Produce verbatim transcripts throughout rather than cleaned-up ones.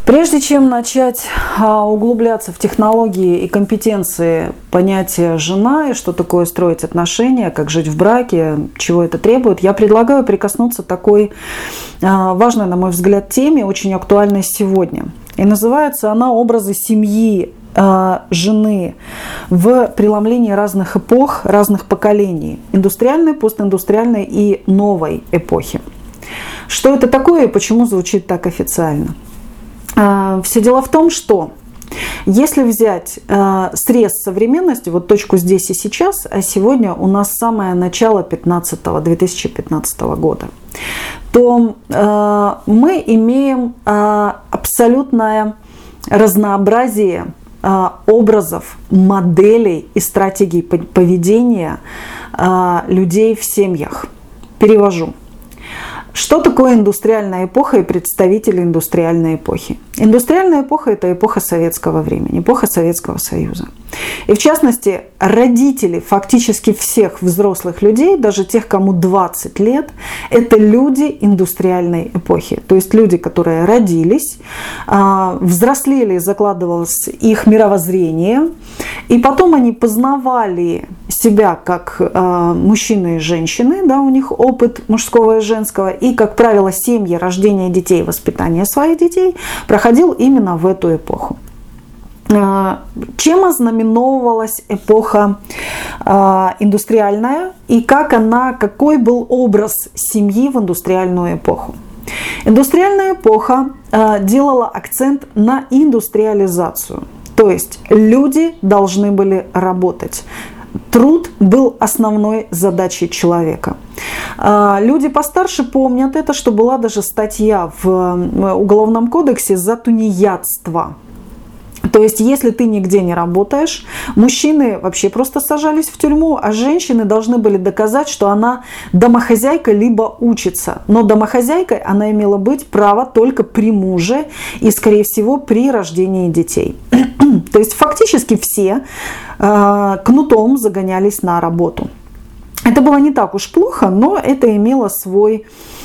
Прежде чем начать углубляться в технологии и компетенции понятия «жена» и что такое строить отношения, как жить в браке, чего это требует, я предлагаю прикоснуться к такой важной, на мой взгляд, теме, очень актуальной сегодня. И называется она «Образы семьи жены в преломлении разных эпох, разных поколений, индустриальной, постиндустриальной и новой эпохи». Что это такое и почему звучит так официально? Все дело в том, что если взять срез современности, вот точку здесь и сейчас, а сегодня у нас самое начало две тысячи пятнадцатого года, то мы имеем абсолютное разнообразие образов, моделей и стратегий поведения людей в семьях. Перевожу. Что такое индустриальная эпоха и представители индустриальной эпохи? Индустриальная эпоха – это эпоха советского времени, эпоха Советского Союза. И в частности, родители фактически всех взрослых людей, даже тех, кому двадцать лет, это люди индустриальной эпохи. То есть люди, которые родились, взрослели, закладывалось их мировоззрение, и потом они познавали себя как мужчины и женщины, да, у них опыт мужского и женского, и, как правило, семьи, рождение детей, воспитание своих детей проходил именно в эту эпоху. Чем ознаменовалась эпоха индустриальная и как она, какой был образ семьи в индустриальную эпоху? Индустриальная эпоха делала акцент на индустриализацию, то есть люди должны были работать. Труд был основной задачей человека. Люди постарше помнят это, что была даже статья в Уголовном кодексе за тунеядство. То есть, если ты нигде не работаешь, мужчины вообще просто сажались в тюрьму, а женщины должны были доказать, что она домохозяйка либо учится. Но домохозяйкой она имела быть право только при муже и, скорее всего, при рождении детей. То есть, фактически все э, кнутом загонялись на работу. Это было не так уж плохо, но это имело свой...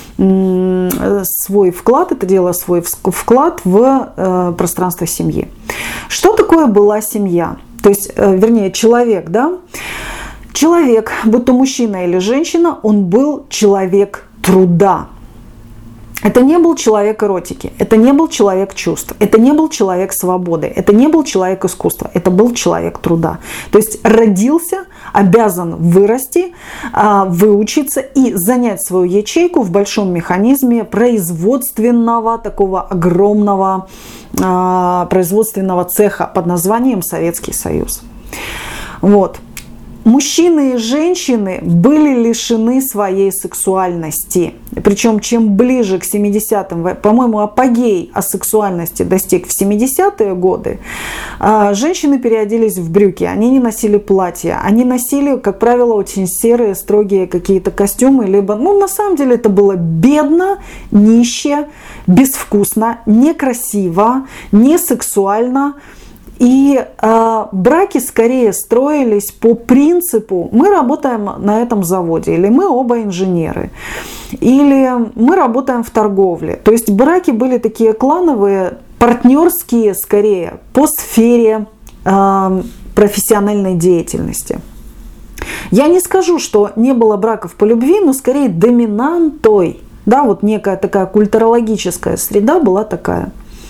свой вклад, это дело свой вклад в э, пространство семьи. Что такое была семья? То есть, э, вернее, человек, да? Человек, будь то мужчина или женщина, он был человек труда. Это не был человек эротики, это не был человек чувств, это не был человек свободы, это не был человек искусства, это был человек труда. То есть родился, обязан вырасти, выучиться и занять свою ячейку в большом механизме производственного, такого огромного производственного цеха под названием Советский Союз. Вот. Мужчины и женщины были лишены своей сексуальности. Причем чем ближе к семидесятым, по-моему, апогей асексуальности достиг в семидесятые годы, женщины переоделись в брюки, они не носили платья, они носили, как правило, очень серые, строгие какие-то костюмы, либо, ну, на самом деле это было бедно, нище, безвкусно, некрасиво, не сексуально. И э, браки скорее строились по принципу: мы работаем на этом заводе, или мы оба инженеры, или мы работаем в торговле. То есть браки были такие клановые, партнерские скорее по сфере э, профессиональной деятельности. Я не скажу, что не было браков по любви, но скорее доминантой, да, вот некая такая культурологическая среда была такая.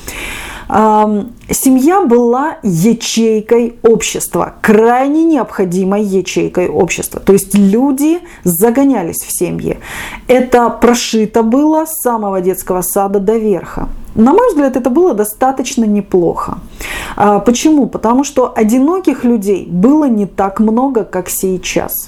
Семья была ячейкой общества, крайне необходимой ячейкой общества. То есть люди загонялись в семьи. Это прошито было с самого детского сада до верха. На мой взгляд, это было достаточно неплохо. Почему? Потому что одиноких людей было не так много, как сейчас.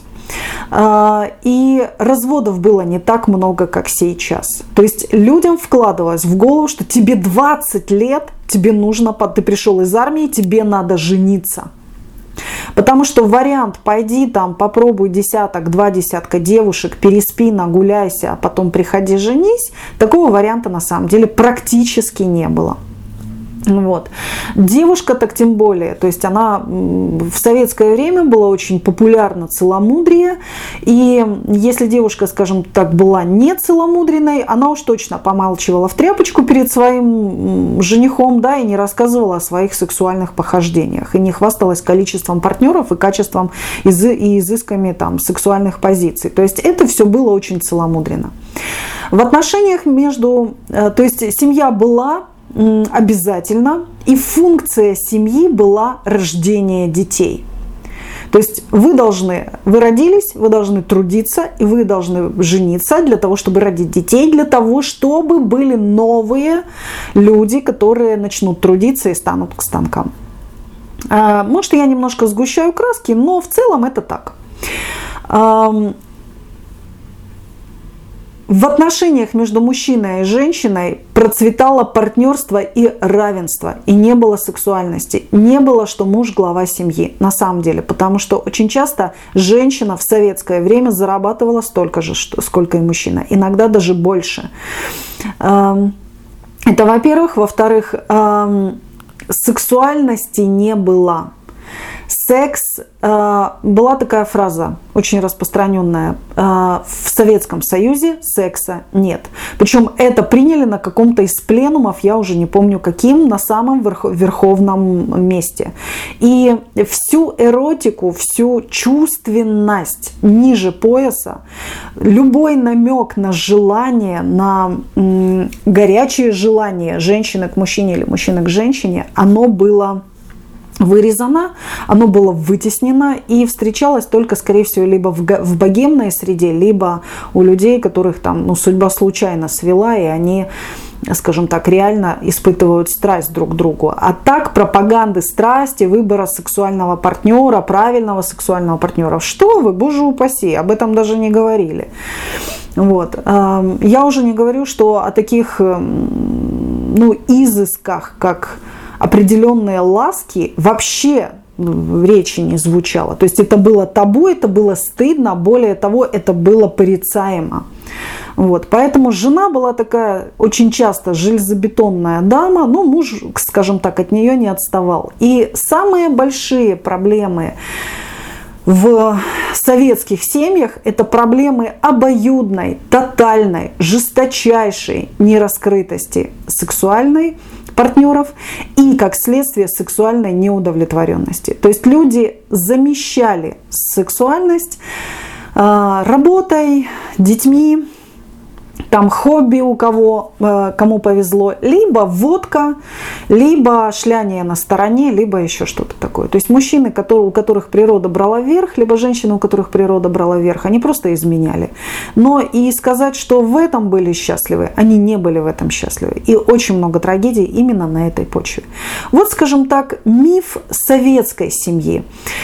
И разводов было не так много, как сейчас. То есть людям вкладывалось в голову, что тебе двадцать лет, тебе нужно, ты пришел из армии, тебе надо жениться. Потому что вариант «пойди там, попробуй десяток, два десятка девушек, переспи, нагуляйся, а потом приходи, женись», такого варианта на самом деле практически не было. Вот. Девушка так тем более. То есть она в советское время была очень популярна целомудрие. И если девушка, скажем так, была не целомудренной, она уж точно помалчивала в тряпочку перед своим женихом, да, и не рассказывала о своих сексуальных похождениях. И не хвасталась количеством партнеров и качеством и изысками там, сексуальных позиций. То есть это все было очень целомудренно. В отношениях между... То есть семья была обязательно, и функция семьи была рождение детей. То есть вы должны, вы родились, вы должны трудиться, и вы должны жениться для того, чтобы родить детей, для того, чтобы были новые люди, которые начнут трудиться и станут к станкам. Может, я немножко сгущаю краски, но в целом это так. В отношениях между мужчиной и женщиной процветало партнерство и равенство, и не было сексуальности, не было, что муж глава семьи, на самом деле, потому что очень часто женщина в советское время зарабатывала столько же, сколько и мужчина, иногда даже больше. Это, во-первых. Во-вторых, сексуальности не было. Секс, была такая фраза, очень распространенная, в Советском Союзе секса нет. Причем это приняли на каком-то из пленумов, я уже не помню каким, на самом верховном месте. И всю эротику, всю чувственность ниже пояса, любой намек на желание, на горячее желание женщины к мужчине или мужчины к женщине, оно было вырезано, оно было вытеснено и встречалось только, скорее всего, либо в богемной среде, либо у людей, которых там, ну, судьба случайно свела, и они, скажем так, реально испытывают страсть друг к другу. А так пропаганды страсти, выбора сексуального партнера, правильного сексуального партнера, что вы, боже упаси, об этом даже не говорили. Вот. Я уже не говорю, что о таких, ну, изысках, как определенные ласки, вообще речи не звучало. То есть это было табу, это было стыдно, более того, это было порицаемо. Вот. Поэтому жена была такая очень часто железобетонная дама, но муж, скажем так, от нее не отставал. И самые большие проблемы в советских семьях — это проблемы обоюдной, тотальной, жесточайшей нераскрытости сексуальной партнеров и, как следствие, сексуальной неудовлетворенности. То есть люди замещали сексуальность э, работой, детьми, там хобби у кого, кому повезло, либо водка, либо шляние на стороне, либо еще что-то такое. То есть мужчины, которые, у которых природа брала вверх, либо женщины, у которых природа брала вверх, они просто изменяли. Но и сказать, что в этом были счастливы, они не были в этом счастливы. И очень много трагедий именно на этой почве. Вот, скажем так, миф советской семьи.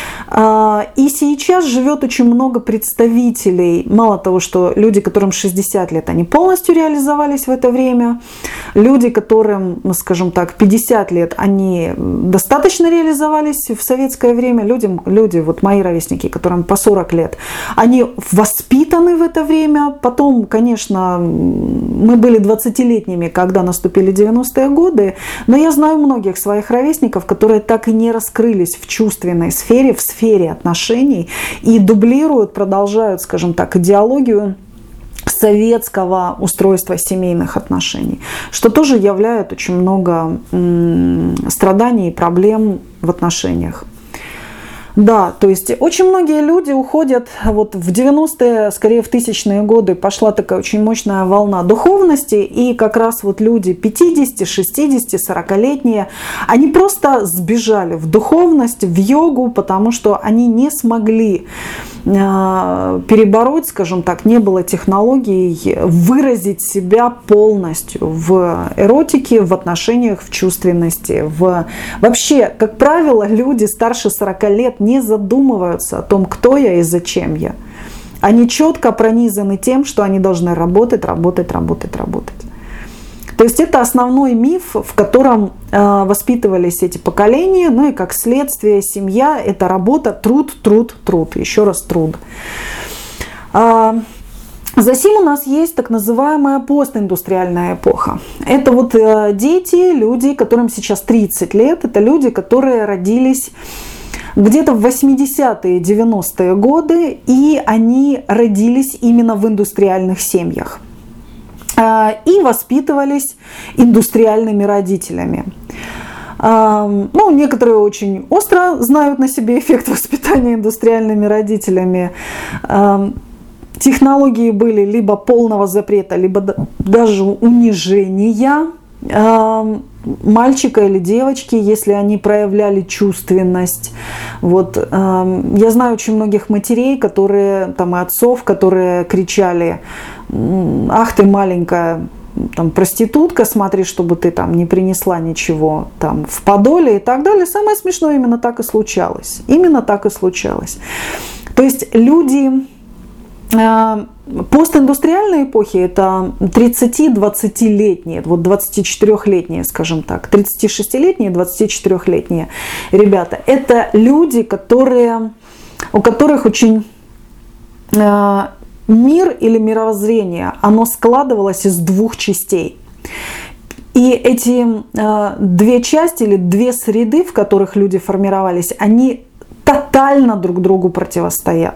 И сейчас живет очень много представителей, мало того, что люди, которым шестьдесят лет, они полностью реализовались в это время. Люди, которым, скажем так, пятьдесят лет, они достаточно реализовались в советское время. Люди, люди вот мои ровесники, которым по сорок лет, они воспитаны в это время. Потом, конечно, мы были двадцатилетними, когда наступили девяностые годы, но я знаю многих своих ровесников, которые так и не раскрылись в чувственной сфере, в сфере отношений и дублируют, продолжают, скажем так, идеологию советского устройства семейных отношений, что тоже являет очень много страданий и проблем в отношениях. Да, то есть очень многие люди уходят, вот в девяностые, скорее в тысячные годы пошла такая очень мощная волна духовности, и как раз вот люди пятидесяти, шестидесяти, сорокалетние, они просто сбежали в духовность, в йогу, потому что они не смогли э, перебороть, скажем так, не было технологий выразить себя полностью в эротике, в отношениях, в чувственности. В... Вообще, как правило, люди старше сорока лет не задумываются о том, кто я и зачем я. Они четко пронизаны тем, что они должны работать, работать, работать, работать. То есть это основной миф, в котором э, воспитывались эти поколения, ну и как следствие семья – это работа, труд, труд, труд, еще раз труд. А, Затем у нас есть так называемая постиндустриальная эпоха. Это вот дети, люди, которым сейчас тридцать лет, это люди, которые родились где-то в восьмидесятые, девяностые годы, и они родились именно в индустриальных семьях и воспитывались индустриальными родителями. Ну, некоторые очень остро знают на себе эффект воспитания индустриальными родителями. Технологии были либо полного запрета, либо даже унижения мальчика или девочки, если они проявляли чувственность. Вот, я знаю очень многих матерей, которые, там, и отцов, которые кричали: «Ах ты маленькая, там, проститутка, смотри, чтобы ты там не принесла ничего там в подоле» и так далее. Самое смешное, именно так и случалось. Именно так и случалось. То есть люди постиндустриальной эпохи — это тридцати-двадцатилетние, вот двадцатичетырёхлетние, скажем так, тридцатишестилетние, двадцатичетырёхлетние ребята. Это люди, которые, у которых очень э, мир или мировоззрение, оно складывалось из двух частей. И эти э, две части или две среды, в которых люди формировались, они тотально друг другу противостоят.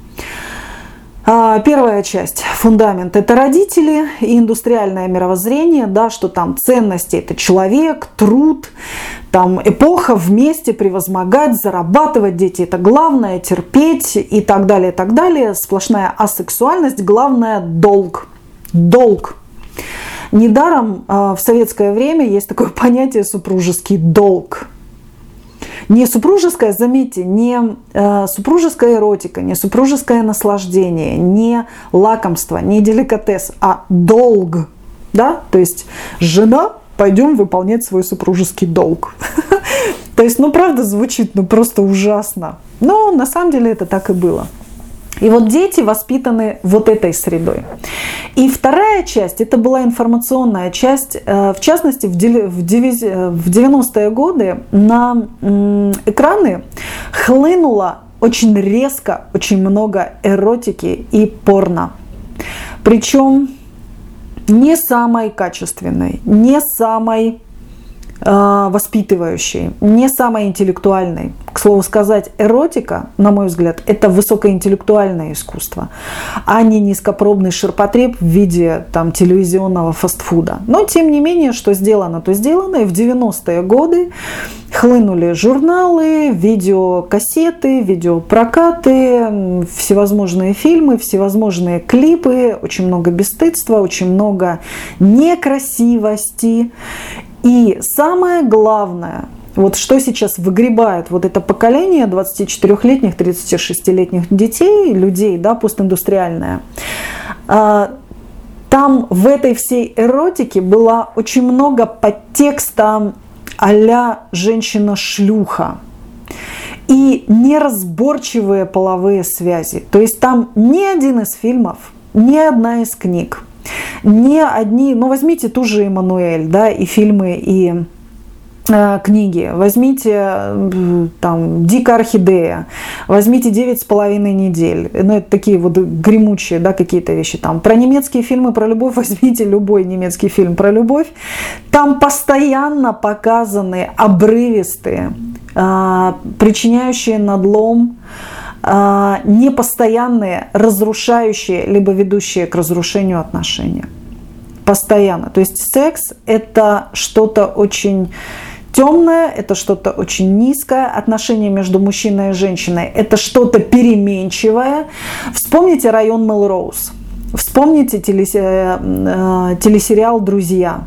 Первая часть, фундамент, это родители и индустриальное мировоззрение, да, что там ценности — это человек, труд, там эпоха, вместе превозмогать, зарабатывать, дети — это главное, терпеть и так далее, и так далее. Сплошная асексуальность, главное — долг. Долг. Недаром в советское время есть такое понятие супружеский долг. Не супружеская, заметьте, не э, супружеская эротика, не супружеское наслаждение, не лакомство, не деликатес, а долг. Да? То есть жена, пойдем выполнять свой супружеский долг. То есть, ну правда звучит, ну просто ужасно. Но на самом деле это так и было. И вот дети воспитаны вот этой средой. И вторая часть, это была информационная часть. В частности, в девяностые годы на экраны хлынуло очень резко, очень много эротики и порно. Причем не самой качественной, не самой воспитывающей, не самой интеллектуальной. К слову сказать, эротика, на мой взгляд, это высокоинтеллектуальное искусство, а не низкопробный ширпотреб в виде там, телевизионного фастфуда. Но, тем не менее, что сделано, то сделано. И в девяностые годы хлынули журналы, видеокассеты, видеопрокаты, всевозможные фильмы, всевозможные клипы, очень много бесстыдства, очень много некрасивости. И самое главное, вот что сейчас выгребает вот это поколение двадцатичетырёхлетних, тридцатишестилетних детей, людей, да, постиндустриальное, там в этой всей эротике было очень много подтекста а-ля женщина-шлюха и неразборчивые половые связи. То есть там ни один из фильмов, ни одна из книг, не одни, ну возьмите ту же Эммануэль, да, и фильмы, и э, книги, возьмите там «Дикая орхидея», возьмите «Девять с половиной недель», ну это такие вот гремучие, да, какие-то вещи там. Про немецкие фильмы про любовь возьмите любой немецкий фильм про любовь, там постоянно показаны обрывистые, э, причиняющие надлом, непостоянные, разрушающие, либо ведущие к разрушению отношения. Постоянно. То есть секс – это что-то очень темное, это что-то очень низкое. Отношения между мужчиной и женщиной – это что-то переменчивое. Вспомните район Мелроуз. Вспомните телесериал «Друзья».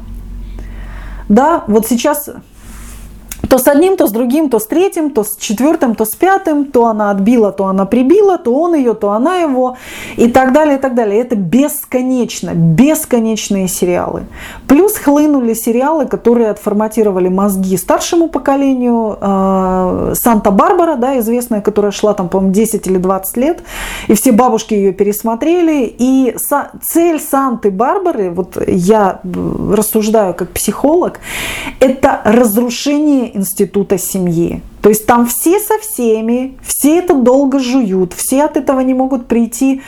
Да, вот сейчас... То с одним, то с другим, то с третьим, то с четвертым, то с пятым, то она отбила, то она прибила, то он ее, то она его, и так далее, и так далее. Это бесконечно, бесконечные сериалы. Плюс хлынули сериалы, которые отформатировали мозги старшему поколению. «Санта-Барбара», да, известная, которая шла там, по-моему, десять или двадцать лет, и все бабушки ее пересмотрели. И цель «Санты-Барбары», вот я рассуждаю как психолог, это разрушение института семьи. То есть там все со всеми, все это долго жуют, все от этого не могут прийти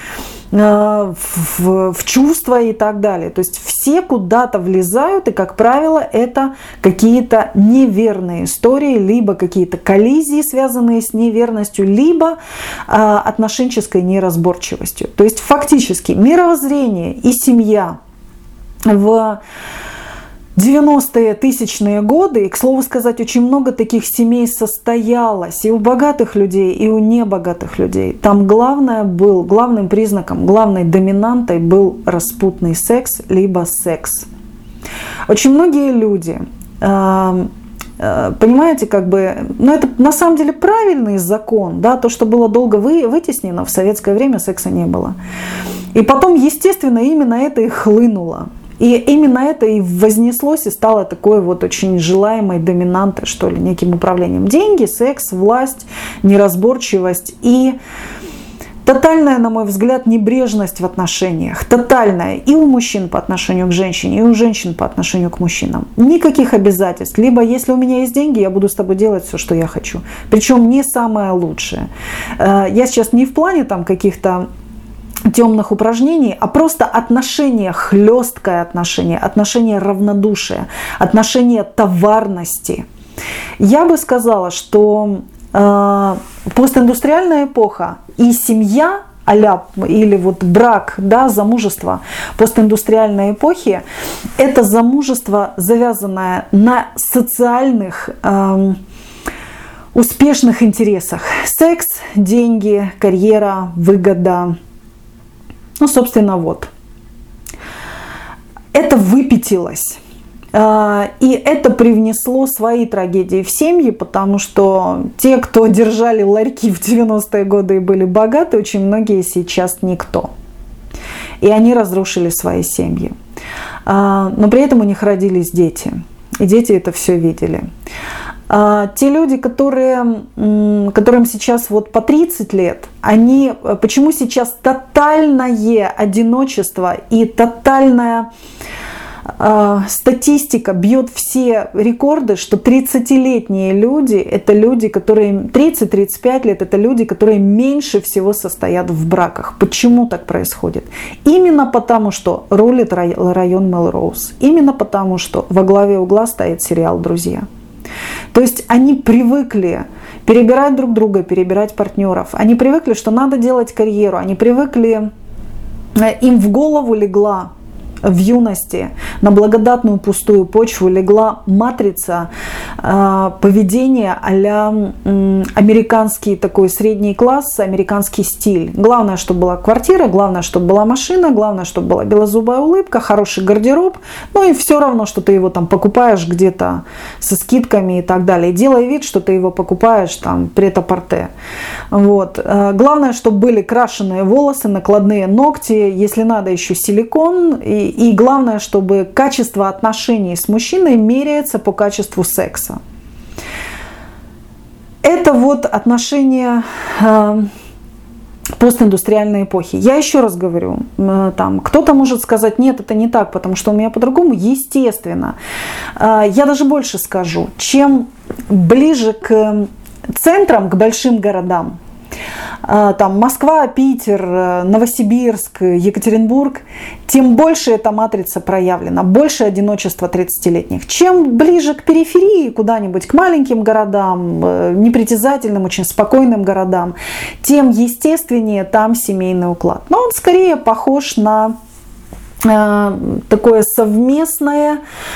в, в чувства и так далее. То есть все куда-то влезают, и, как правило, это какие-то неверные истории, либо какие-то коллизии, связанные с неверностью, либо а, отношенческой неразборчивостью. То есть фактически мировоззрение и семья в девяностые, тысячные годы, и, к слову сказать, очень много таких семей состоялось и у богатых людей, и у небогатых людей. Там главное был, главным признаком, главной доминантой был распутный секс, либо секс. Очень многие люди, понимаете, как бы, ну это на самом деле правильный закон, да, то, что было долго вы, вытеснено, в советское время секса не было. И потом, естественно, именно это и хлынуло. И именно это и вознеслось и стало такой вот очень желаемой доминантой, что ли, неким управлением. Деньги, секс, власть, неразборчивость и тотальная, на мой взгляд, небрежность в отношениях. Тотальная и у мужчин по отношению к женщине, и у женщин по отношению к мужчинам. Никаких обязательств. Либо если у меня есть деньги, я буду с тобой делать все, что я хочу. Причем не самое лучшее. Я сейчас не в плане там каких-то темных упражнений, а просто отношение, хлесткое отношение, отношение равнодушия, отношение товарности. Я бы сказала, что э, постиндустриальная эпоха и семья, а-ля, или вот брак, да, замужество постиндустриальной эпохи, это замужество, завязанное на социальных э, успешных интересах. Секс, деньги, карьера, выгода. Ну, собственно, вот. Это выпятилось. И это привнесло свои трагедии в семьи, потому что те, кто держали ларьки в девяностые годы и были богаты, очень многие сейчас никто. И они разрушили свои семьи. Но при этом у них родились дети. И дети это все видели. Те люди, которые, которым сейчас вот по тридцать лет, они, почему сейчас тотальное одиночество и тотальная э, статистика бьет все рекорды, что тридцатилетние люди, это люди, которые тридцать-тридцать пять лет, это люди, которые меньше всего состоят в браках. Почему так происходит? Именно потому, что рулит район Мелроуз. Именно потому, что во главе угла стоит сериал «Друзья». То есть они привыкли перебирать друг друга, перебирать партнеров. Они привыкли, что надо делать карьеру. Они привыкли, им в голову легла в юности, на благодатную пустую почву легла матрица э, поведения а-ля э, американский такой средний класс, американский стиль. Главное, чтобы была квартира, главное, чтобы была машина, главное, чтобы была белозубая улыбка, хороший гардероб, ну и все равно, что ты его там покупаешь где-то со скидками и так далее. Делай вид, что ты его покупаешь там прет-а-порте. Вот. Э, главное, чтобы были крашеные волосы, накладные ногти, если надо еще силикон. И И главное, чтобы качество отношений с мужчиной меряется по качеству секса. Это вот отношения э, постиндустриальной эпохи. Я еще раз говорю, э, там, кто-то может сказать, нет, это не так, потому что у меня по-другому. Естественно. Э, я даже больше скажу, чем ближе к центрам, к большим городам, там Москва, Питер, Новосибирск, Екатеринбург, тем больше эта матрица проявлена, больше одиночества тридцатилетних. Чем ближе к периферии, куда-нибудь к маленьким городам, непритязательным, очень спокойным городам, тем естественнее там семейный уклад. Но он скорее похож на э, такое совместное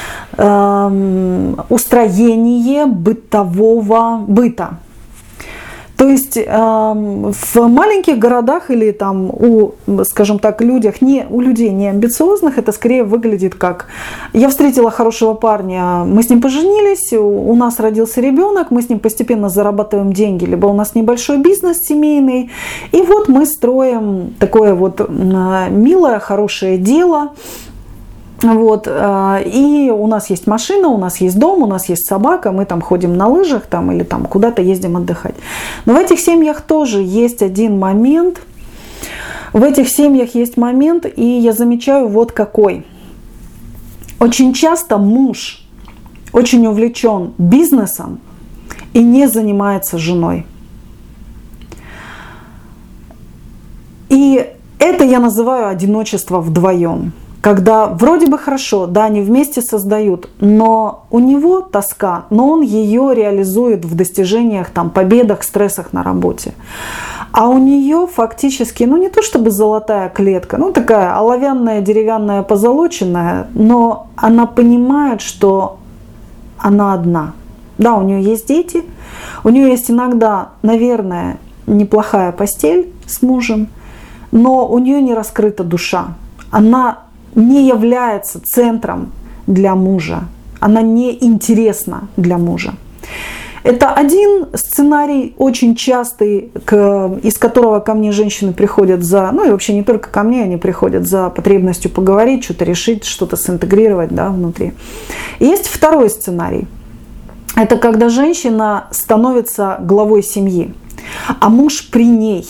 э, устроение бытового быта. То есть э, в маленьких городах или там у, скажем так, людях, не, у людей не амбициозных, это скорее выглядит как: я встретила хорошего парня, мы с ним поженились, у нас родился ребенок, мы с ним постепенно зарабатываем деньги, либо у нас небольшой бизнес семейный, и вот мы строим такое вот милое, хорошее дело. Вот, и у нас есть машина, у нас есть дом, у нас есть собака, мы там ходим на лыжах там, или там куда-то ездим отдыхать. Но в этих семьях тоже есть один момент, в этих семьях есть момент, и я замечаю вот какой. Очень часто муж очень увлечен бизнесом и не занимается женой. И Это я называю одиночество вдвоем. Когда вроде бы хорошо, да, они вместе создают, но у него тоска, но он ее реализует в достижениях, там, победах, стрессах на работе. А у нее фактически, ну не то чтобы золотая клетка, ну такая оловянная, деревянная, позолоченная, но она понимает, что она одна. Да, у нее есть дети, у нее есть иногда, наверное, неплохая постель с мужем, но у нее не раскрыта душа. Она не является центром для мужа. Она не интересна для мужа. Это один сценарий, очень частый, к, из которого ко мне женщины приходят за, ну и вообще не только ко мне, они приходят за потребностью поговорить, что-то решить, что-то синтегрировать, да, внутри. И есть второй сценарий. Это когда женщина становится главой семьи, а муж при ней.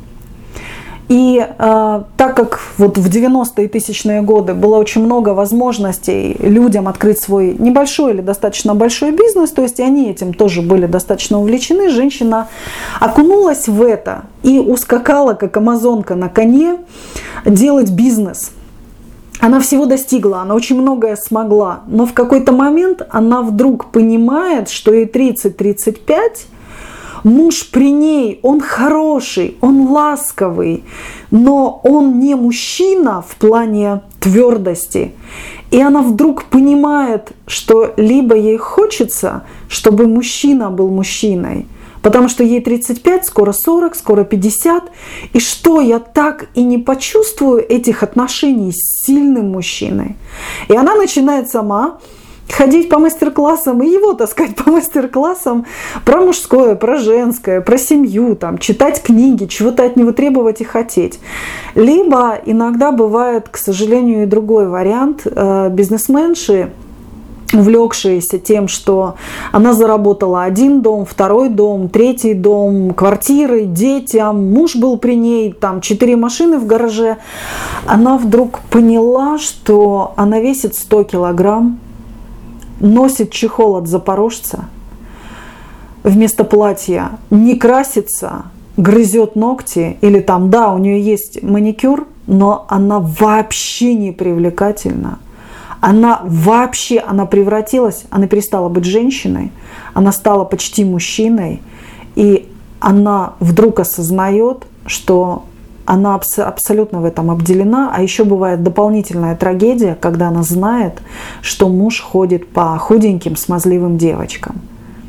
И э, так как вот в девяностые и тысячные годы было очень много возможностей людям открыть свой небольшой или достаточно большой бизнес, то есть они этим тоже были достаточно увлечены, женщина окунулась в это и ускакала, как амазонка на коне, делать бизнес. Она всего достигла, она очень многое смогла, но в какой-то момент она вдруг понимает, что ей тридцать-тридцать пять, муж при ней, он хороший, он ласковый, но он не мужчина в плане твердости. И она вдруг понимает, что либо ей хочется, чтобы мужчина был мужчиной, потому что ей тридцать пять, скоро сорок, скоро пятьдесят, и что я так и не почувствую этих отношений с сильным мужчиной. И она начинает сама ходить по мастер-классам и его таскать по мастер-классам про мужское, про женское, про семью, там, читать книги, чего-то от него требовать и хотеть. Либо иногда бывает, к сожалению, и другой вариант. Бизнесменши, увлекшиеся тем, что она заработала один дом, второй дом, третий дом, квартиры, детям, муж был при ней, там четыре машины в гараже, она вдруг поняла, что она весит сто килограмм, носит чехол от запорожца, вместо платья не красится, грызет ногти, или там, да, у нее есть маникюр, но она вообще не привлекательна. Она вообще, она превратилась, она перестала быть женщиной, она стала почти мужчиной, и она вдруг осознает, что она абс- абсолютно в этом обделена. А еще бывает дополнительная трагедия, когда она знает, что муж ходит по худеньким, смазливым девочкам.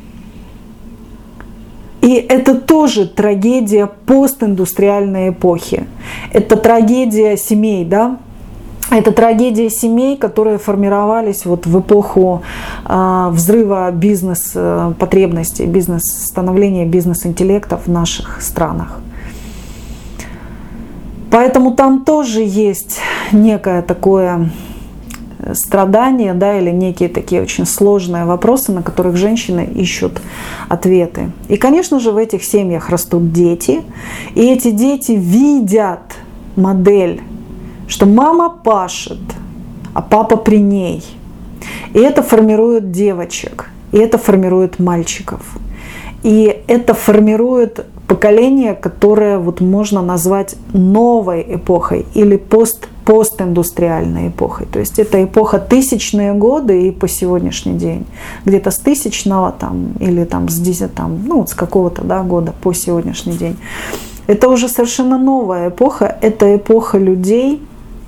И это тоже трагедия постиндустриальной эпохи. Это трагедия семей, да? Это трагедия семей, которые формировались вот в эпоху э, взрыва бизнес-потребностей, бизнес, становления бизнес-интеллекта в наших странах. Поэтому там тоже есть некое такое страдание, да, или некие такие очень сложные вопросы, на которых женщины ищут ответы. И, конечно же, в этих семьях растут дети, и эти дети видят модель, что мама пашет, а папа при ней. И это формирует девочек, и это формирует мальчиков. И это формирует поколение, которое вот можно назвать новой эпохой или пост, постиндустриальной эпохой. То есть это эпоха тысячные годы и по сегодняшний день. Где-то с тысячного там, или там, с, десять, там, ну, вот с какого-то, да, года по сегодняшний день. Это уже совершенно новая эпоха. Это эпоха людей,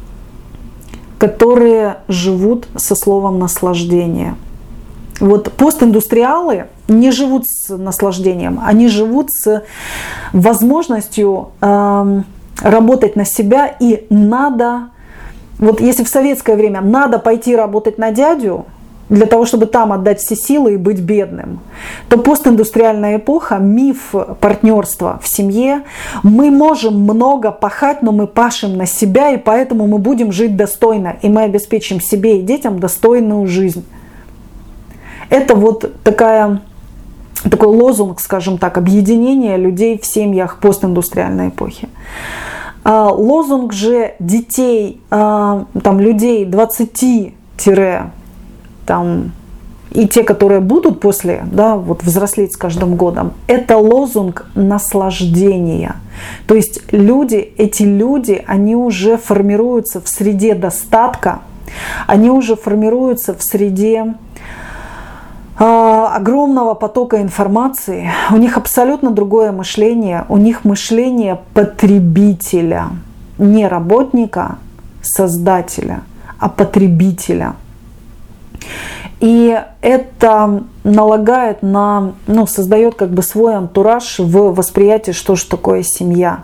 которые живут со словом наслаждение. Вот постиндустриалы не живут с наслаждением, они живут с возможностью э, работать на себя, и надо, вот если в советское время надо пойти работать на дядю, для того, чтобы там отдать все силы и быть бедным, то постиндустриальная эпоха, миф партнерства в семье, мы можем много пахать, но мы пашем на себя, и поэтому мы будем жить достойно, и мы обеспечим себе и детям достойную жизнь. Это вот такая, такой лозунг, скажем так, объединения людей в семьях постиндустриальной эпохи. А лозунг же детей, а, там, людей двадцати и те, которые будут после, да, вот взрослеть с каждым годом, это лозунг наслаждения. То есть люди, эти люди, они уже формируются в среде достатка, они уже формируются в среде э, огромного потока информации. У них абсолютно другое мышление, у них мышление потребителя, не работника, создателя, а потребителя. И это налагает на, ну, создает как бы свой антураж в восприятии, что же такое семья.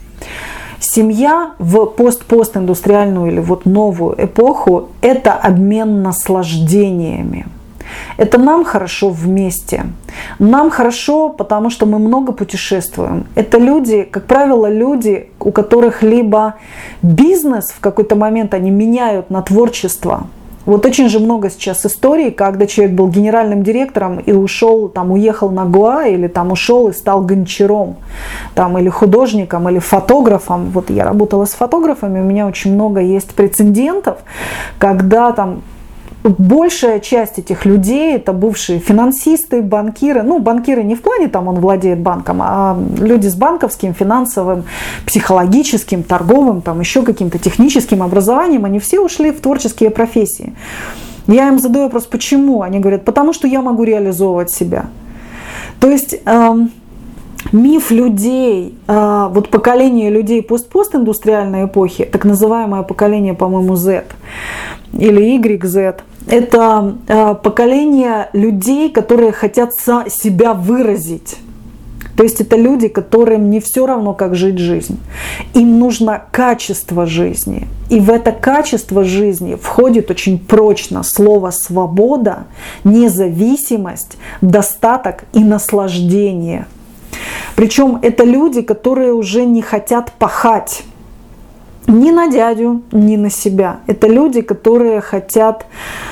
Семья в пост-постиндустриальную или вот новую эпоху – это обмен наслаждениями. Это нам хорошо вместе. Нам хорошо, потому что мы много путешествуем. Это люди, как правило, люди, у которых либо бизнес в какой-то момент они меняют на творчество. Вот очень же много сейчас историй, когда человек был генеральным директором и ушел, там, уехал на Гоа, или там ушел и стал гончаром, там, или художником, или фотографом. Вот я работала с фотографами, у меня очень много есть прецедентов, когда там большая часть этих людей это бывшие финансисты, банкиры. Ну, банкиры не в плане, там он владеет банком, а люди с банковским, финансовым, психологическим, торговым, там еще каким-то техническим образованием. Они все ушли в творческие профессии. Я им задаю вопрос, почему? Они говорят, потому что я могу реализовывать себя. То есть эм, миф людей, э, вот поколение людей пост-постиндустриальной эпохи, так называемое поколение, по-моему, Z или Y Z, это э, поколение людей, которые хотят себя выразить. То есть это люди, которым не все равно, как жить жизнь. Им нужно качество жизни. И в это качество жизни входит очень прочно слово «свобода», «независимость», «достаток» и «наслаждение». Причем это люди, которые уже не хотят пахать ни на дядю, ни на себя. Это люди, которые хотят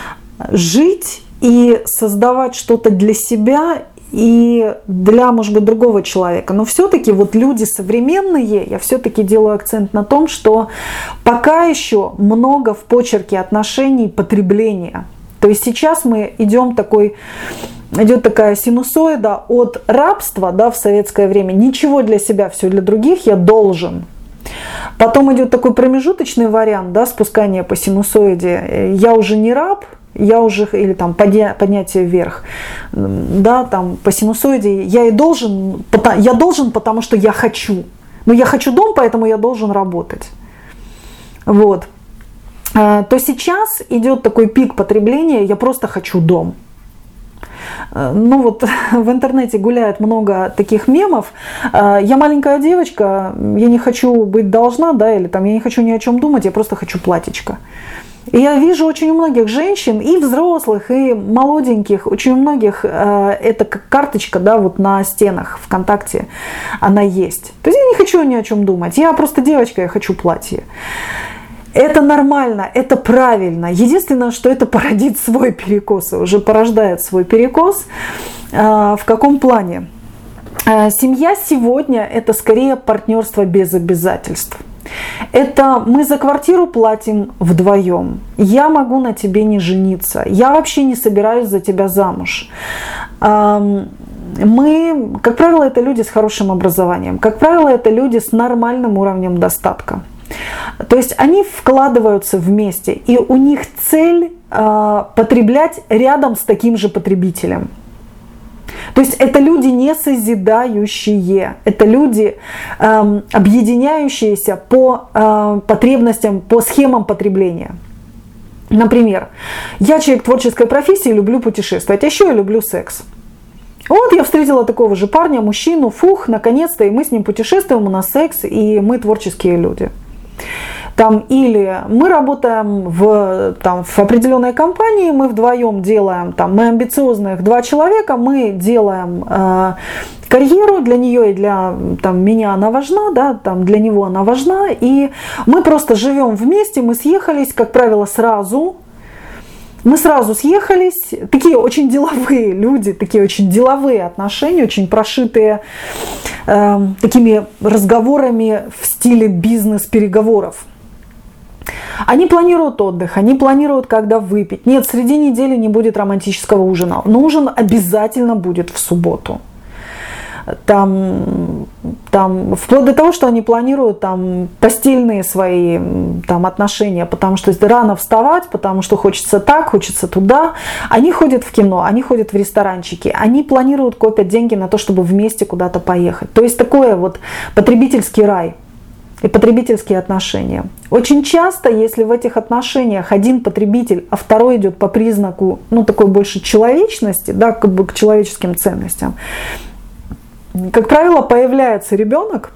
жить и создавать что-то для себя и для, может быть, другого человека. Но все-таки вот люди современные, я все-таки делаю акцент на том, что пока еще много в почерке отношений потребления. То есть сейчас мы идем такой, идет такая синусоида от рабства, да, в советское время. Ничего для себя, все для других, я должен. Потом идет такой промежуточный вариант, да, спускания по синусоиде. Я уже не раб, я уже, или там подня, поднятие вверх, да, там по синусоиде, я и должен, я должен, потому что я хочу. Но я хочу дом, поэтому я должен работать. Вот. То сейчас идет такой пик потребления, я просто хочу дом. Ну вот в интернете гуляет много таких мемов. Я маленькая девочка, я не хочу быть должна, да, или там я не хочу ни о чем думать, я просто хочу платьечко. И я вижу очень у многих женщин, и взрослых, и молоденьких, очень у многих э, эта карточка, да, вот на стенах ВКонтакте, она есть. То есть я не хочу ни о чем думать, я просто девочка, я хочу платье. Это нормально, это правильно. Единственное, что это породит свой перекос, уже порождает свой перекос. Э, в каком плане? Э, семья сегодня – это скорее партнерство без обязательств. Это мы за квартиру платим вдвоем. Я могу на тебе не жениться. Я вообще не собираюсь за тебя замуж. Мы, как правило, это люди с хорошим образованием. Как правило, это люди с нормальным уровнем достатка. То есть они вкладываются вместе, и у них цель потреблять рядом с таким же потребителем. То есть это люди не созидающие, это люди, э, объединяющиеся по э, потребностям, по схемам потребления. Например, я человек творческой профессии, люблю путешествовать, а еще я люблю секс. Вот я встретила такого же парня, мужчину, фух, наконец-то, и мы с ним путешествуем, у нас секс, и мы творческие люди. Там, или мы работаем в, там, в определенной компании, мы вдвоем делаем, там, мы амбициозных два человека, мы делаем э, карьеру для нее и для там, меня она важна, да, там, для него она важна, и мы просто живем вместе, мы съехались, как правило, сразу. Мы сразу съехались, такие очень деловые люди, такие очень деловые отношения, очень прошитые э, такими разговорами в стиле бизнес-переговоров. Они планируют отдых, они планируют, когда выпить. Нет, среди недели не будет романтического ужина, но ужин обязательно будет в субботу. Там, там, вплоть до того, что они планируют там постельные свои там, отношения, потому что рано вставать, потому что хочется так, хочется туда. Они ходят в кино, они ходят в ресторанчики, они планируют, копят деньги на то, чтобы вместе куда-то поехать. То есть такое вот потребительский рай и потребительские отношения. Очень часто, если в этих отношениях один потребитель, а второй идет по признаку, ну, такой больше человечности, да, как бы к человеческим ценностям, как правило, появляется ребенок,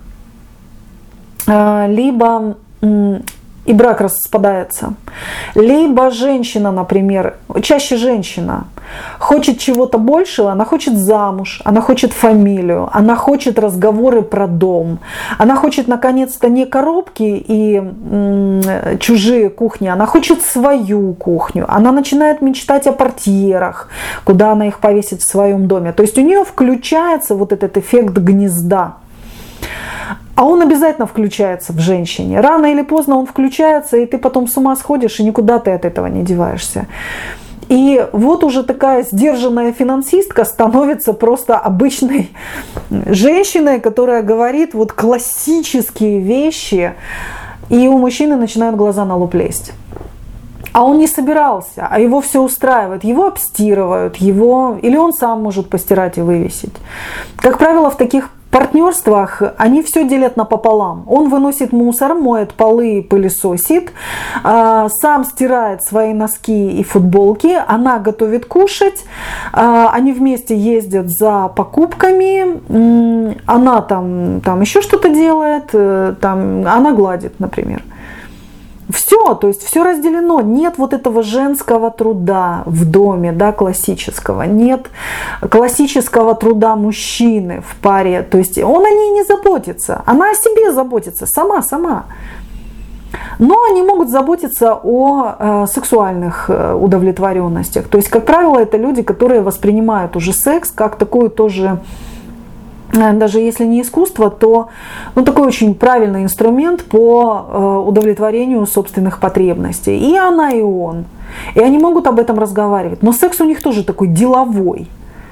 либо и брак распадается, либо женщина, например, чаще женщина, хочет чего-то большего, она хочет замуж, она хочет фамилию, она хочет разговоры про дом, она хочет наконец-то не коробки и м, чужие кухни, она хочет свою кухню, она начинает мечтать о портьерах, куда она их повесит в своем доме. То есть у нее включается вот этот эффект гнезда. А он обязательно включается в женщине. Рано или поздно он включается, и ты потом с ума сходишь, и никуда ты от этого не деваешься. И вот уже такая сдержанная финансистка становится просто обычной женщиной, которая говорит вот классические вещи, и у мужчины начинают глаза на лоб лезть. А он не собирался, а его все устраивает. Его обстирывают, его... или он сам может постирать и вывесить. Как правило, в таких партнерствах они все делят напополам. Он выносит мусор, моет полы, пылесосит, сам стирает свои носки и футболки, она готовит кушать, они вместе ездят за покупками, она там, там еще что-то делает, там, она гладит, например. Все, то есть все разделено. Нет вот этого женского труда в доме, да, классического. Нет классического труда мужчины в паре. То есть он о ней не заботится. Она о себе заботится. Сама, сама. Но они могут заботиться о э, сексуальных э, удовлетворенностях. То есть, как правило, это люди, которые воспринимают уже секс как такую тоже... Даже если не искусство, то ну, такой очень правильный инструмент по э, удовлетворению собственных потребностей. И она, и он. И они могут об этом разговаривать. Но секс у них тоже такой деловой.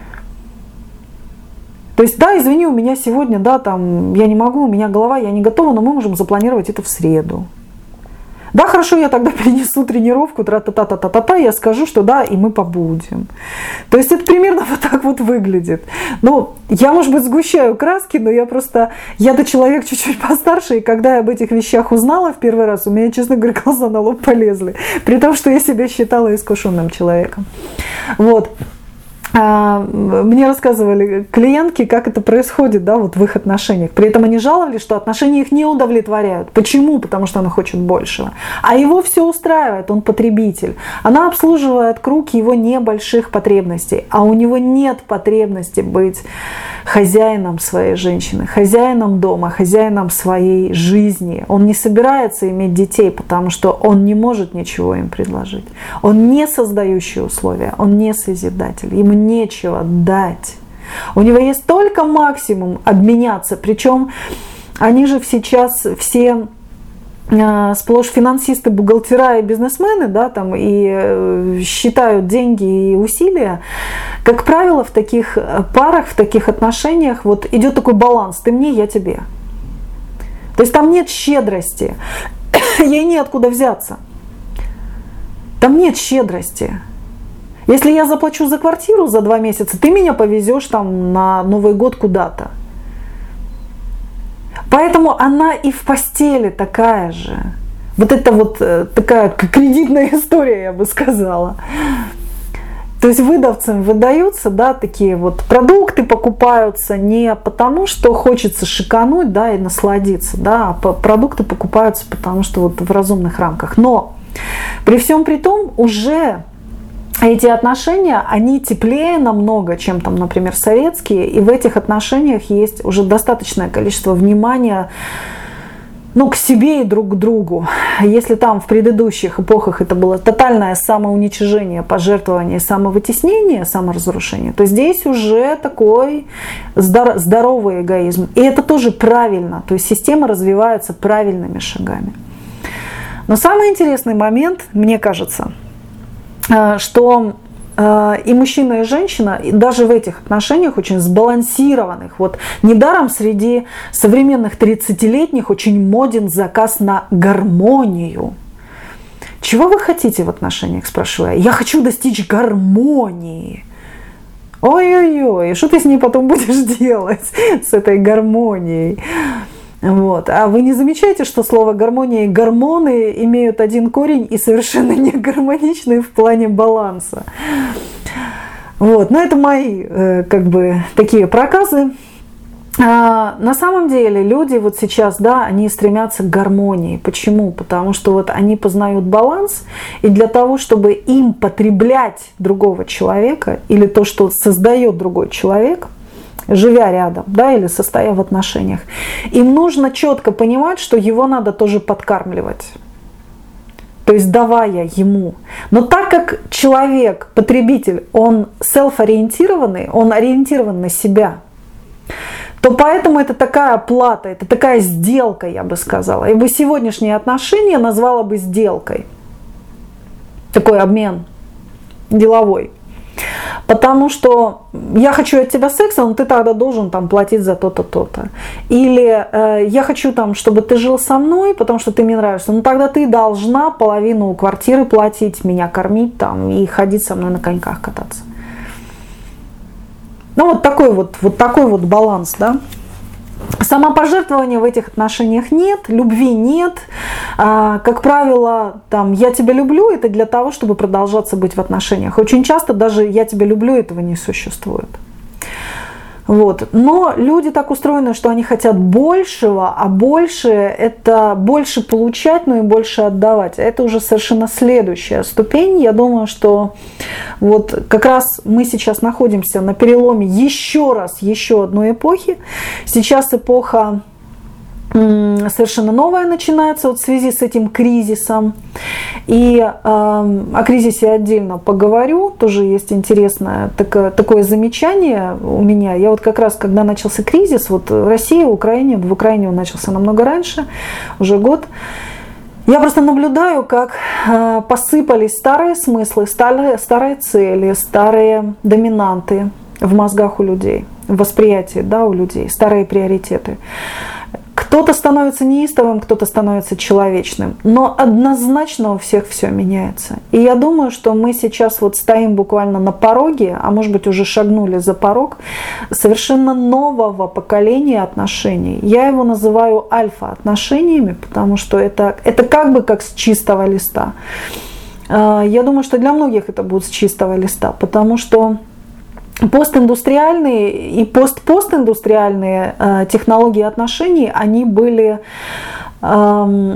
То есть, да, извини, у меня сегодня, да, там, я не могу, у меня голова, я не готова, но мы можем запланировать это в среду. Да, хорошо, я тогда перенесу тренировку, тра-та-та-та-та-та, я скажу, что да, и мы побудем. То есть это примерно вот так вот выглядит. Ну, я, может быть, сгущаю краски, но я просто, я-то человек чуть-чуть постарше, и когда я об этих вещах узнала в первый раз, у меня, честно говоря, глаза на лоб полезли. При том, что я себя считала искушенным человеком. Вот. Мне рассказывали клиентки, как это происходит, да, вот в их отношениях. При этом они жаловались, что отношения их не удовлетворяют. Почему? Потому что она хочет большего. А его все устраивает, он потребитель. Она обслуживает круг его небольших потребностей. А у него нет потребности быть хозяином своей женщины, хозяином дома, хозяином своей жизни. Он не собирается иметь детей, потому что он не может ничего им предложить. Он не создающий условия, он не созидатель. Ему нечего дать. У него есть только максимум обменяться. Причем они же сейчас все э, сплошь финансисты, бухгалтера и бизнесмены, да, там, и э, считают деньги и усилия. Как правило, в таких парах, в таких отношениях вот идет такой баланс. Ты мне, я тебе. То есть там нет щедрости. Ей неоткуда взяться. Там нет щедрости. Если я заплачу за квартиру за два месяца, ты меня повезешь там на Новый год куда-то. Поэтому она и в постели такая же. Вот это вот такая кредитная история, я бы сказала. То есть выдавцам выдаются, да, такие вот продукты покупаются не потому, что хочется шикануть, да, и насладиться, да, а продукты покупаются потому, что вот в разумных рамках. Но при всем при том уже эти отношения, они теплее намного, чем там, например, советские, и в этих отношениях есть уже достаточное количество внимания, ну, к себе и друг к другу. Если там в предыдущих эпохах это было тотальное самоуничижение, пожертвование, самовытеснение, саморазрушение, то здесь уже такой здоровый эгоизм. И это тоже правильно, то есть система развивается правильными шагами. Но самый интересный момент, мне кажется, что и мужчина, и женщина, и даже в этих отношениях очень сбалансированных. Вот недаром среди современных тридцатилетних очень моден заказ на гармонию. Чего вы хотите в отношениях, спрашиваю я. Я хочу достичь гармонии. Ой-ой-ой, что ты с ней потом будешь делать, с этой гармонией? Вот. А вы не замечаете, что слово гармония и гормоны имеют один корень и совершенно не гармоничны в плане баланса? Вот. Но это мои как бы такие проказы. А на самом деле люди вот сейчас, да, они стремятся к гармонии. Почему? Потому что вот они познают баланс, и для того, чтобы им потреблять другого человека или то, что создает другой человек, живя рядом, да, или состоя в отношениях, им нужно четко понимать, что его надо тоже подкармливать. То есть давая ему. Но так как человек, потребитель, он селф-ориентированный, он ориентирован на себя, то поэтому это такая плата, это такая сделка, я бы сказала. И бы сегодняшние отношения назвала бы сделкой. Такой обмен деловой. Потому что я хочу от тебя секса, но ты тогда должен там платить за то-то, то-то. Или э, я хочу там, чтобы ты жил со мной, потому что ты мне нравишься, но тогда ты должна половину квартиры платить, меня кормить там и ходить со мной на коньках кататься. Ну вот такой вот, вот такой вот баланс, да. Самопожертвования в этих отношениях нет, любви нет. А, как правило, там «я тебя люблю» — это для того, чтобы продолжаться быть в отношениях. Очень часто даже «я тебя люблю» этого не существует. Вот. Но люди так устроены, что они хотят большего, а больше — это больше получать, но и больше отдавать. А это уже совершенно следующая ступень. Я думаю, что вот как раз мы сейчас находимся на переломе еще раз, еще одной эпохи. Сейчас эпоха совершенно новая начинается вот в связи с этим кризисом. И э, о кризисе отдельно поговорю. Тоже есть интересное такое, такое замечание у меня. Я вот как раз, когда начался кризис, вот Россия, Украина, в Украине он начался намного раньше, уже год. Я просто наблюдаю, как э, посыпались старые смыслы, старые, старые цели, старые доминанты в мозгах у людей, в восприятии, да, у людей, старые приоритеты. Кто-то становится неистовым, кто-то становится человечным. Но однозначно у всех все меняется. И я думаю, что мы сейчас вот стоим буквально на пороге, а может быть уже шагнули за порог совершенно нового поколения отношений. Я его называю альфа-отношениями, потому что это, это как бы как с чистого листа. Я думаю, что для многих это будет с чистого листа, потому что постиндустриальные и пост-постиндустриальные э, технологии отношений, они были, э,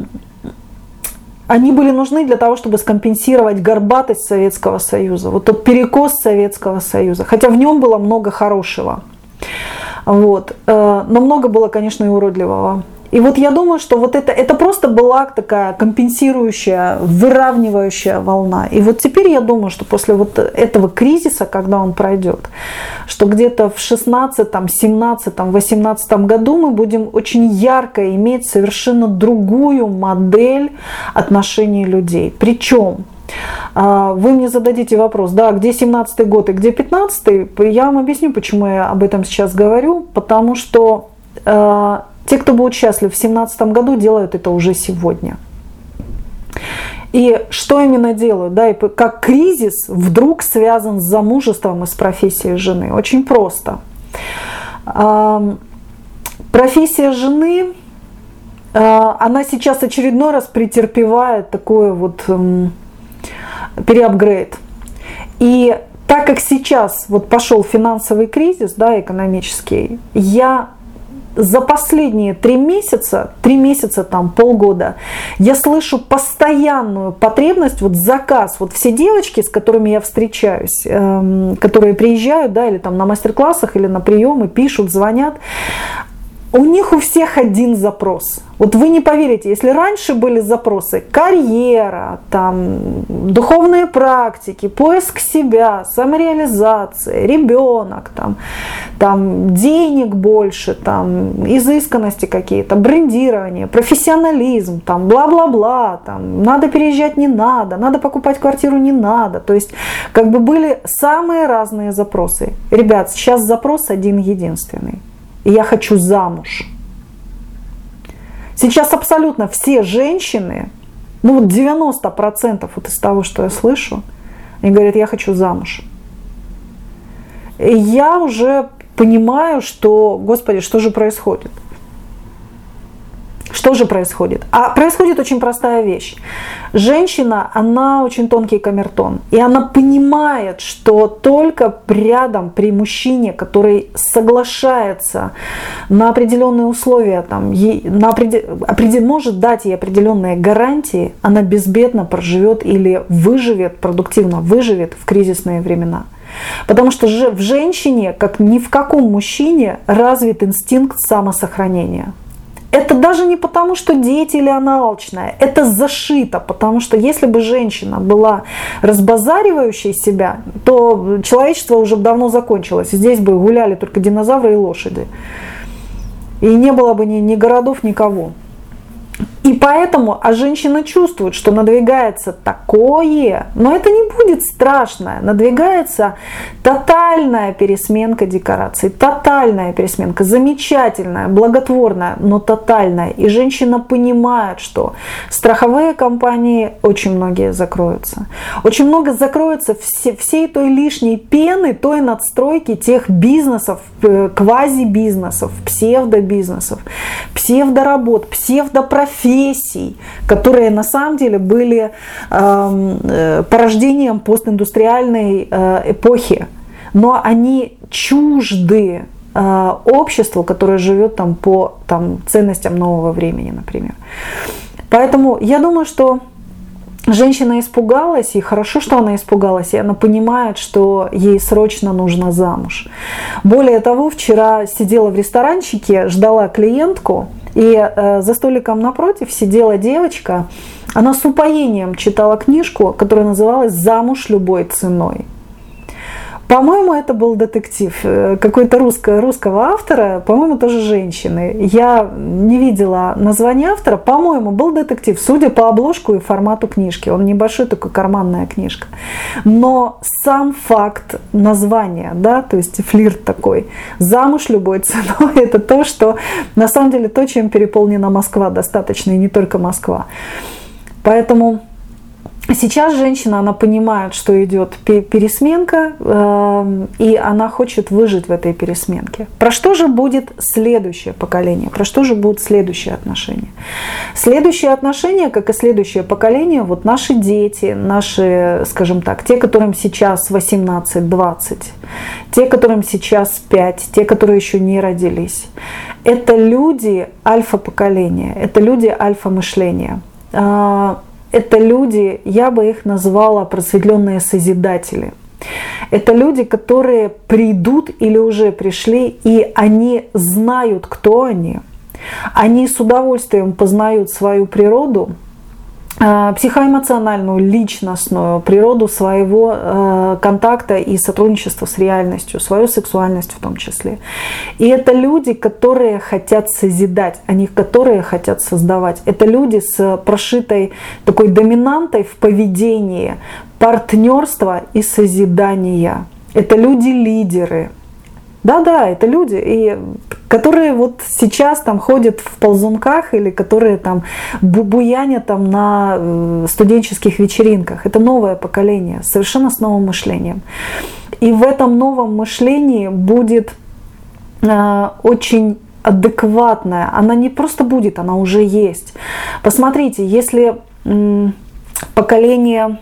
они были нужны для того, чтобы скомпенсировать горбатость Советского Союза, вот тот перекос Советского Союза, хотя в нем было много хорошего, вот, э, но много было, конечно, и уродливого. И вот я думаю, что вот это, это просто была такая компенсирующая, выравнивающая волна. И вот теперь я думаю, что после вот этого кризиса, когда он пройдет, что где-то в шестнадцатом, семнадцатом, восемнадцатом году мы будем очень ярко иметь совершенно другую модель отношений людей. Причем вы мне зададите вопрос, да, где семнадцатый год и где пятнадцатый, я вам объясню, почему я об этом сейчас говорю, потому что те, кто будет счастлив в семнадцатом году, делают это уже сегодня. И что именно делают? Да, и как кризис вдруг связан с замужеством и с профессией жены? Очень просто. Профессия жены, она сейчас очередной раз претерпевает такой вот переапгрейд. И так как сейчас вот пошел финансовый кризис, да, экономический, я за последние три месяца, три месяца, там, полгода, я слышу постоянную потребность, вот заказ, вот все девочки, с которыми я встречаюсь, эм, которые приезжают, да, или там на мастер-классах, или на приемы, пишут, звонят, у них у всех один запрос. Вот вы не поверите, если раньше были запросы карьера, там, духовные практики, поиск себя, самореализация, ребенок, там, там, денег больше, там, изысканности какие-то, брендирование, профессионализм, там, бла-бла-бла, там, надо переезжать, не надо, надо покупать квартиру, не надо. То есть как бы были самые разные запросы. Ребят, сейчас запрос один единственный. Я хочу замуж. Сейчас абсолютно все женщины, ну вот девяносто процентов вот из того, что я слышу, они говорят, я хочу замуж. И я уже понимаю, что, Господи, что же происходит? Что же происходит? А происходит очень простая вещь. Женщина, она очень тонкий камертон. И она понимает, что только рядом при мужчине, который соглашается на определенные условия, там, ей, на определ, может дать ей определенные гарантии, она безбедно проживет или выживет, продуктивно выживет в кризисные времена. Потому что в женщине, как ни в каком мужчине, развит инстинкт самосохранения. Это даже не потому, что дети или она алчная, это зашито, потому что если бы женщина была разбазаривающей себя, то человечество уже давно закончилось. Здесь бы гуляли только динозавры и лошади. И не было бы ни, ни городов, никого. И поэтому, а женщина чувствует, что надвигается такое, но это не будет страшное, надвигается тотальная пересменка декораций, тотальная пересменка, замечательная, благотворная, но тотальная. И женщина понимает, что страховые компании очень многие закроются. Очень много закроется все, всей той лишней пены, той надстройки тех бизнесов, квазибизнесов, псевдобизнесов, псевдоработ, псевдопрофессий, которые на самом деле были э, порождением постиндустриальной э, эпохи, но они чужды э, обществу, которое живет там по там, ценностям нового времени, например. Поэтому я думаю, что женщина испугалась, и хорошо, что она испугалась, и она понимает, что ей срочно нужно замуж. Более того, вчера сидела в ресторанчике, ждала клиентку, и э, за столиком напротив сидела девочка, она с упоением читала книжку, которая называлась «Замуж любой ценой». По-моему, это был детектив какой-то русско- русского автора, по-моему, тоже женщины. Я не видела название автора, по-моему, был детектив, судя по обложку и формату книжки. Он небольшой, такой карманная книжка. Но сам факт названия, да, то есть флирт такой, «Замуж любой ценой», это то, что на самом деле то, чем переполнена Москва достаточно, и не только Москва. Поэтому сейчас женщина, она понимает, что идет пересменка, э, и она хочет выжить в этой пересменке. Про что же будет следующее поколение? Про что же будут следующие отношения? Следующие отношения, как и следующее поколение, вот наши дети, наши, скажем так, те, которым сейчас восемнадцать-двадцать, те, которым сейчас пять, те, которые еще не родились, это люди альфа-поколения, это люди альфа-мышления. Это люди, я бы их назвала просветленные созидатели. Это люди, которые придут или уже пришли, и они знают, кто они. Они с удовольствием познают свою природу, психоэмоциональную, личностную природу своего контакта и сотрудничества с реальностью, свою сексуальность в том числе. И это люди, которые хотят созидать, они которые хотят создавать. Это люди с прошитой такой доминантой в поведении партнерства и созидания. Это люди-лидеры. Да-да, это люди, и которые вот сейчас там ходят в ползунках или которые там буянят там на студенческих вечеринках. Это новое поколение, совершенно с новым мышлением. И в этом новом мышлении будет э, очень адекватная, она не просто будет, она уже есть. Посмотрите, если э, поколение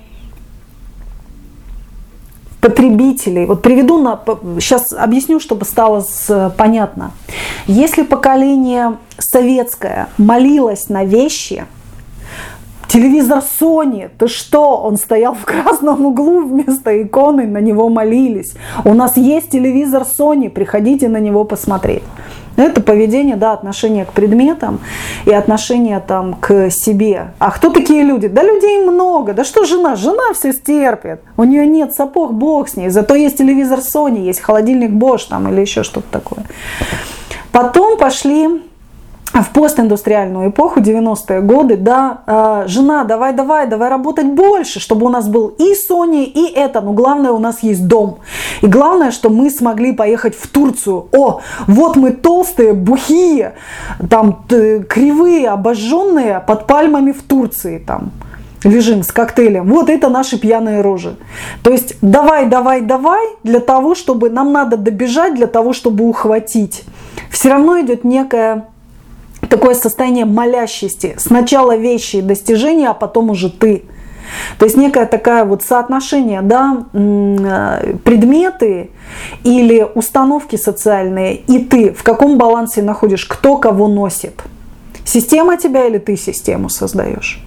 потребителей. Вот приведу на, сейчас объясню, чтобы стало понятно. Если поколение советское молилось на вещи, телевизор Sony, ты что? Он стоял в красном углу вместо иконы, на него молились. У нас есть телевизор Sony, приходите на него посмотреть. Это поведение, да, отношение к предметам и отношение там к себе. А кто такие люди? Да людей много. Да что жена? Жена все стерпит. У нее нет сапог, бог с ней. Зато есть телевизор Sony, есть холодильник Bosch там или еще что-то такое. Потом пошли в постиндустриальную эпоху, девяностые годы, да, жена, давай, давай, давай работать больше, чтобы у нас был и Sony, и это, но главное, у нас есть дом. И главное, что мы смогли поехать в Турцию. О, вот мы толстые, бухие, там, кривые, обожженные под пальмами в Турции, там, лежим с коктейлем. Вот это наши пьяные рожи. То есть давай, давай, давай, для того, чтобы, нам надо добежать, для того, чтобы ухватить. Все равно идет некая такое состояние молящести. Сначала вещи и достижения, а потом уже ты. То есть некое такое вот соотношение, да, предметы или установки социальные, и ты в каком балансе находишь, кто кого носит. Система тебя или ты систему создаешь.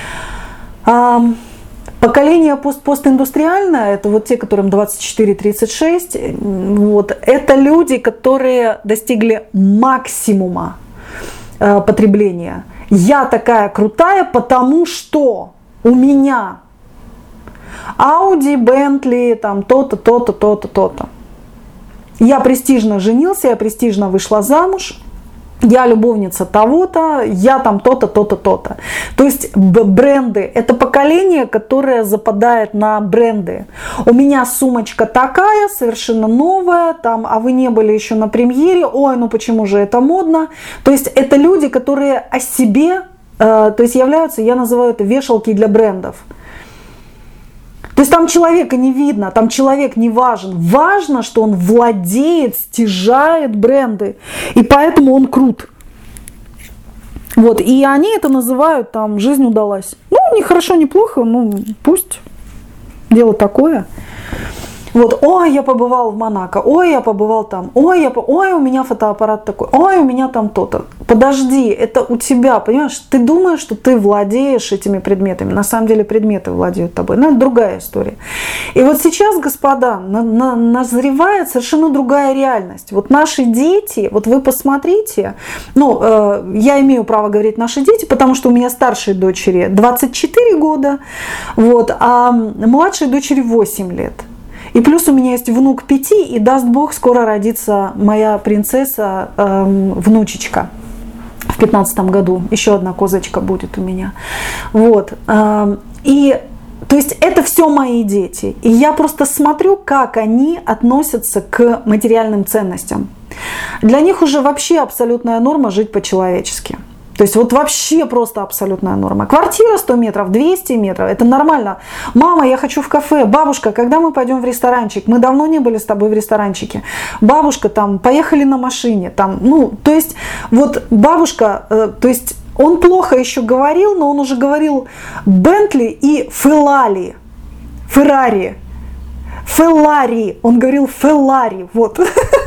Поколение пост постиндустриальное, это вот те, которым двадцать четыре тридцать шесть, вот, это люди, которые достигли максимума потребления. Я такая крутая, потому что у меня Audi, Bentley, там то-то, то-то, то-то, то-то. Я престижно женился, я престижно вышла замуж, я любовница того-то, я там то-то, то-то, то-то. То есть бренды, это поколение, которое западает на бренды. У меня сумочка такая, совершенно новая, там, а вы не были еще на премьере, ой, ну почему же это модно. То есть это люди, которые о себе, э, то есть являются, я называю это вешалки для брендов. То есть там человека не видно, там человек не важен. Важно, что он владеет, стяжает бренды. И поэтому он крут. Вот. И они это называют, там, жизнь удалась. Ну, не хорошо, не плохо, ну, пусть. Дело такое. Вот, ой, я побывал в Монако, ой, я побывал там, ой, я, ой, у меня фотоаппарат такой, ой, у меня там то-то. Подожди, это у тебя, понимаешь? Ты думаешь, что ты владеешь этими предметами. На самом деле предметы владеют тобой. Ну, это другая история. И вот сейчас, господа, на, на, назревает совершенно другая реальность. Вот наши дети, вот вы посмотрите, ну, э, я имею право говорить наши дети, потому что у меня старшей дочери двадцать четыре года, вот, а младшей дочери восемь лет. И плюс у меня есть внук пяти, и даст Бог, скоро родится моя принцесса, эм, внучечка. В пятнадцатом году еще одна козочка будет у меня. Вот. Эм, и то есть это все мои дети. И я просто смотрю, как они относятся к материальным ценностям. Для них уже вообще абсолютная норма жить по-человечески. То есть вот вообще просто абсолютная норма. Квартира сто метров, двести метров, это нормально. Мама, я хочу в кафе. Бабушка, когда мы пойдем в ресторанчик? Мы давно не были с тобой в ресторанчике. Бабушка, там, поехали на машине. Там, ну, то есть вот бабушка, э, то есть он плохо еще говорил, но он уже говорил Бентли и Феллари. Феррари. Феллари. Он говорил Феллари. Вот.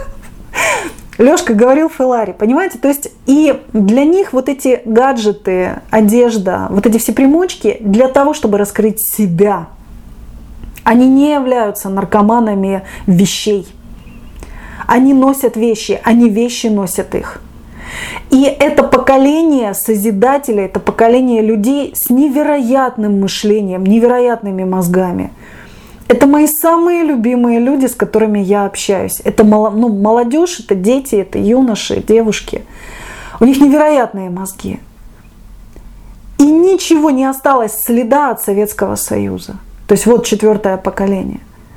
Лёшка говорил Феллари, понимаете? То есть и для них вот эти гаджеты, одежда, вот эти все примочки для того, чтобы раскрыть себя. Они не являются наркоманами вещей. Они носят вещи, они вещи носят их. И это поколение созидателей, это поколение людей с невероятным мышлением, невероятными мозгами. Это мои самые любимые люди, с которыми я общаюсь. Это ну, молодежь, это дети, это юноши, девушки. У них невероятные мозги. И ничего не осталось следа от Советского Союза. То есть вот четвертое поколение.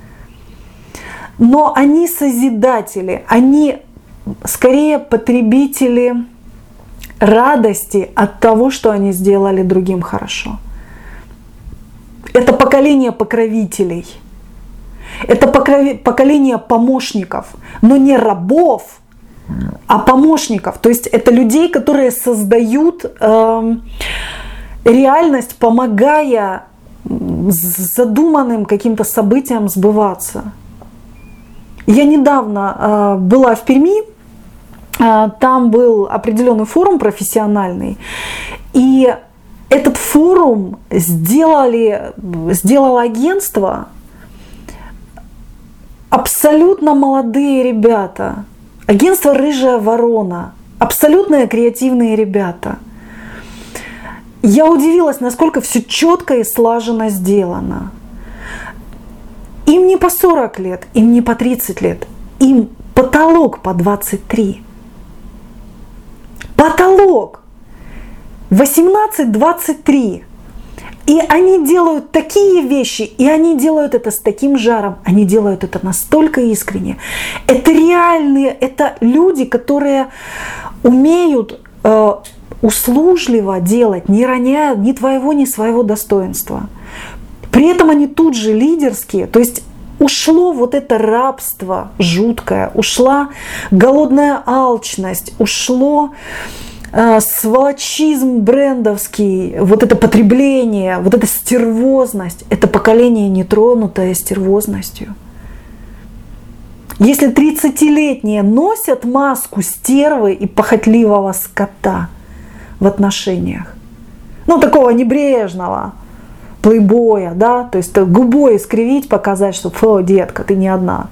Но они созидатели, они скорее потребители радости от того, что они сделали другим хорошо. Это поколение покровителей. Это поколение помощников, но не рабов, а помощников. То есть это людей, которые создают э, реальность, помогая задуманным каким-то событиям сбываться. Я недавно э, была в Перми, э, там был определенный форум профессиональный, и этот форум сделали, сделало агентство, абсолютно молодые ребята, Агентство «Рыжая ворона». Абсолютно креативные ребята. Я удивилась, насколько все четко и слаженно сделано. Им не по сорок лет, им не по тридцать лет. Им потолок по двадцать три. Потолок! восемнадцать-двадцать три. И они делают такие вещи, и они делают это с таким жаром, они делают это настолько искренне. Это реальные, это люди, которые умеют э, услужливо делать, не роняя ни твоего, ни своего достоинства. При этом они тут же лидерские, то есть ушло вот это рабство жуткое, ушла голодная алчность, ушло сволочизм брендовский, вот это потребление, вот эта стервозность, это поколение, не тронутое стервозностью. Если тридцатилетние носят маску стервы и похотливого скота в отношениях, ну такого небрежного плейбоя, да, то есть губой искривить, показать, что фу, детка, ты не одна,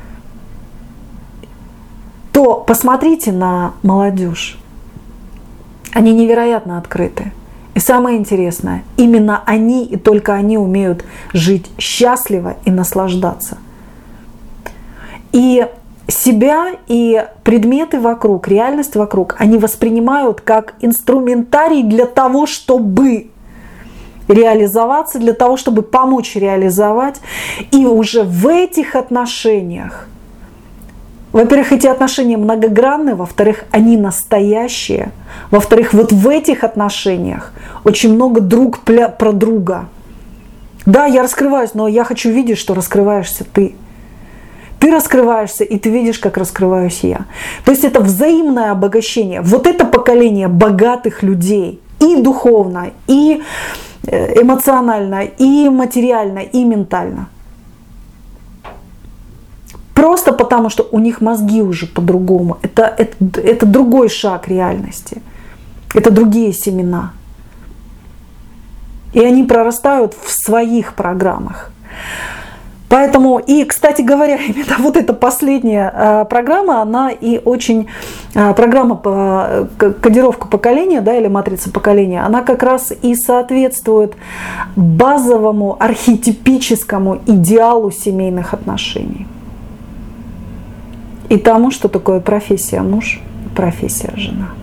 то посмотрите на молодежь. Они невероятно открыты. И самое интересное, именно они и только они умеют жить счастливо и наслаждаться. И себя, и предметы вокруг, реальность вокруг, они воспринимают как инструментарий для того, чтобы реализоваться, для того, чтобы помочь реализовать. И уже в этих отношениях, во-первых, эти отношения многогранны, во-вторых, они настоящие, во-вторых, вот в этих отношениях очень много друг про друга. Да, я раскрываюсь, но я хочу видеть, что раскрываешься ты. Ты раскрываешься, и ты видишь, как раскрываюсь я. То есть это взаимное обогащение. Вот это поколение богатых людей и духовно, и эмоционально, и материально, и ментально. Просто потому, что у них мозги уже по-другому. Это, это, это другой шаг реальности. Это другие семена. И они прорастают в своих программах. Поэтому, и, кстати говоря, именно вот эта последняя э, программа, она и очень, э, программа по кодировку поколения, да, или матрица поколения, она как раз и соответствует базовому архетипическому идеалу семейных отношений. И тому, что такое профессия муж, профессия жена.